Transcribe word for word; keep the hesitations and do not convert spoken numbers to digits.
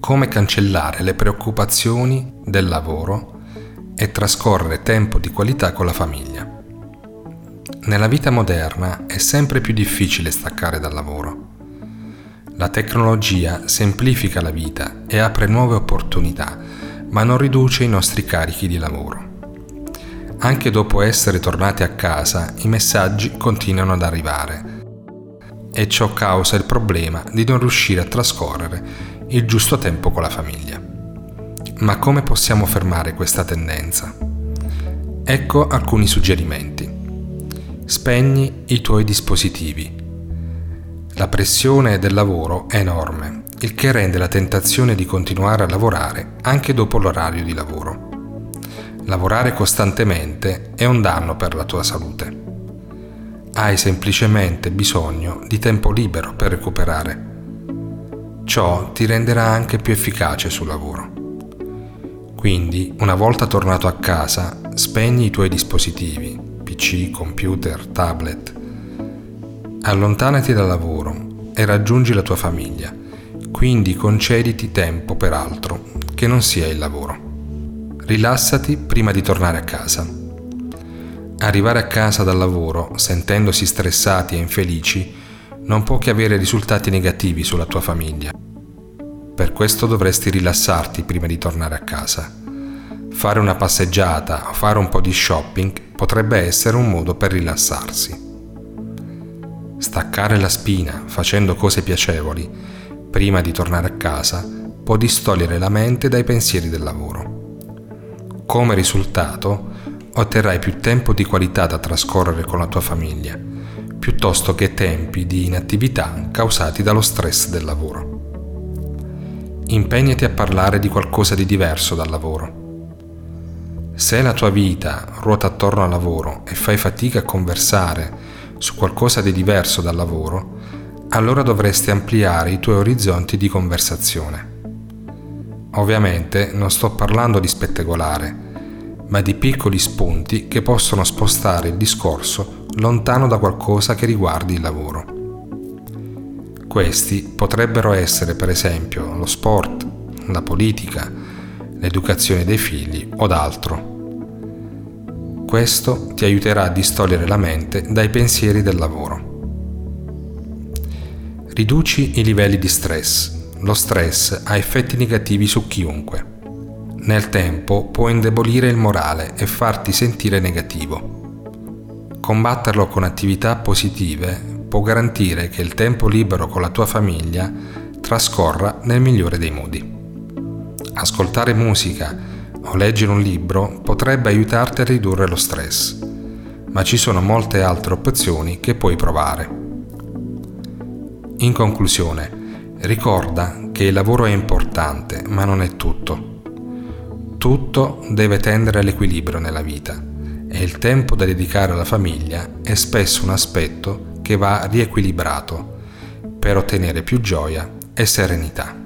come cancellare le preoccupazioni del lavoro e trascorrere tempo di qualità con la famiglia. Nella vita moderna è sempre più difficile staccare dal lavoro. La tecnologia semplifica la vita e apre nuove opportunità, ma non riduce i nostri carichi di lavoro. Anche dopo essere tornati a casa, i messaggi continuano ad arrivare e ciò causa il problema di non riuscire a trascorrere il giusto tempo con la famiglia. Ma come possiamo fermare questa tendenza? Ecco alcuni suggerimenti. Spegni i tuoi dispositivi. La pressione del lavoro è enorme, il che rende la tentazione di continuare a lavorare anche dopo l'orario di lavoro. Lavorare costantemente è un danno per la tua salute. Hai semplicemente bisogno di tempo libero per recuperare. Ciò ti renderà anche più efficace sul lavoro. Quindi, una volta tornato a casa, spegni i tuoi dispositivi, P C, computer, tablet. Allontanati dal lavoro e raggiungi la tua famiglia, quindi concediti tempo per altro che non sia il lavoro. Rilassati prima di tornare a casa. Arrivare a casa dal lavoro sentendosi stressati e infelici non può che avere risultati negativi sulla tua famiglia. Per questo dovresti rilassarti prima di tornare a casa. Fare una passeggiata o fare un po' di shopping potrebbe essere un modo per rilassarsi. Staccare la spina facendo cose piacevoli prima di tornare a casa può distogliere la mente dai pensieri del lavoro. Come risultato, otterrai più tempo di qualità da trascorrere con la tua famiglia, piuttosto che tempi di inattività causati dallo stress del lavoro. Impegnati a parlare di qualcosa di diverso dal lavoro. Se la tua vita ruota attorno al lavoro e fai fatica a conversare su qualcosa di diverso dal lavoro, allora dovresti ampliare i tuoi orizzonti di conversazione. Ovviamente non sto parlando di spettacolare, ma di piccoli spunti che possono spostare il discorso lontano da qualcosa che riguardi il lavoro. Questi potrebbero essere per esempio lo sport, la politica, l'educazione dei figli o d'altro. Questo ti aiuterà a distogliere la mente dai pensieri del lavoro. Riduci i livelli di stress. Lo stress ha effetti negativi su chiunque. Nel tempo può indebolire il morale e farti sentire negativo. Combatterlo con attività positive può garantire che il tempo libero con la tua famiglia trascorra nel migliore dei modi. Ascoltare musica o leggere un libro potrebbe aiutarti a ridurre lo stress, ma ci sono molte altre opzioni che puoi provare. In conclusione, ricorda che il lavoro è importante, ma non è tutto. Tutto deve tendere all'equilibrio nella vita e il tempo da dedicare alla famiglia è spesso un aspetto che va riequilibrato per ottenere più gioia e serenità.